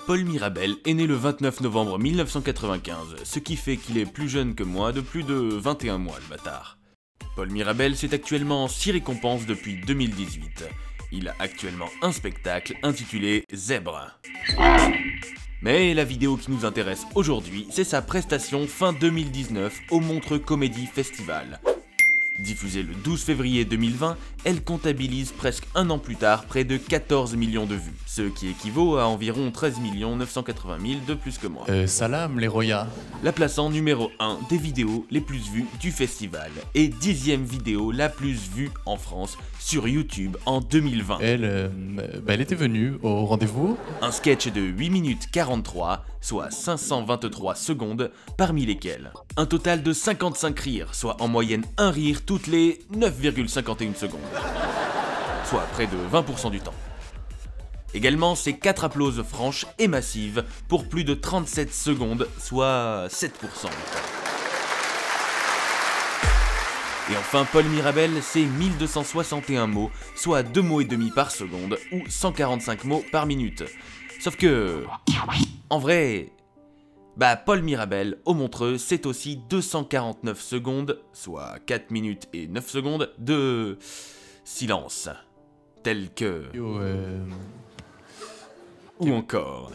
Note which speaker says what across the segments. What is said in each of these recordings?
Speaker 1: Paul Mirabel est né le 29 novembre 1995, ce qui fait qu'il est plus jeune que moi de plus de 21 mois le bâtard. Paul Mirabel, c'est actuellement 6 récompenses depuis 2018. Il a actuellement un spectacle intitulé Zèbre. Mais la vidéo qui nous intéresse aujourd'hui, c'est sa prestation fin 2019 au Montreux Comedy Festival. Diffusée le 12 février 2020, elle comptabilise presque un an plus tard près de 14 millions de vues, ce qui équivaut à environ 13 980 000 de plus que moi.
Speaker 2: Salam les Roya.
Speaker 1: La plaçant numéro 1 des vidéos les plus vues du festival et 10e vidéo la plus vue en France sur YouTube en 2020.
Speaker 2: Elle était venue au rendez-vous.
Speaker 1: Un sketch de 8 minutes 43, soit 523 secondes, parmi lesquels un total de 55 rires, soit en moyenne un rire toutes les 9,51 secondes, soit près de 20% du temps. Également, c'est 4 applauses franches et massives pour plus de 37 secondes, soit 7% du temps. Et enfin, Paul Mirabel, c'est 1261 mots, soit 2 mots et demi par seconde, ou 145 mots par minute. Sauf que, en vrai, Paul Mirabel, au Montreux, c'est aussi 249 secondes, soit 4 minutes et 9 secondes, de silence. Tel que... Ou encore...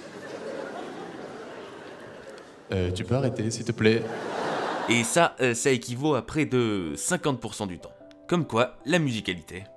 Speaker 2: Tu peux arrêter, s'il te plaît.
Speaker 1: Et ça équivaut à près de 50% du temps. Comme quoi, la musicalité...